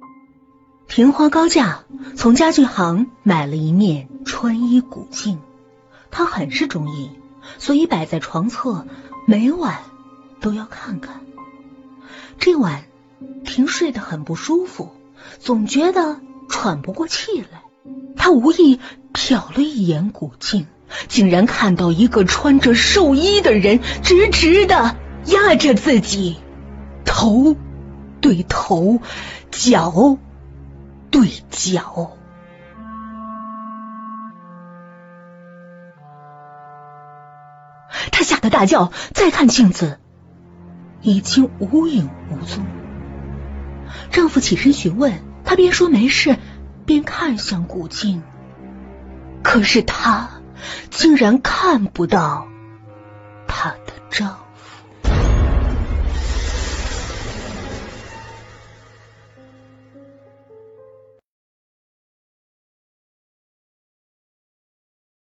婷花高价从家具行买了一面穿衣古镜，她很是中意，所以摆在床侧，每晚都要看看。这晚婷睡得很不舒服，总觉得喘不过气来。她无意瞟了一眼古镜，竟然看到一个穿着寿衣的人直直的压着自己，头对头，脚对脚。她吓得大叫，再看镜子，已经无影无踪。丈夫起身询问，她边说没事，边看向古镜，可是她竟然看不到她的丈夫。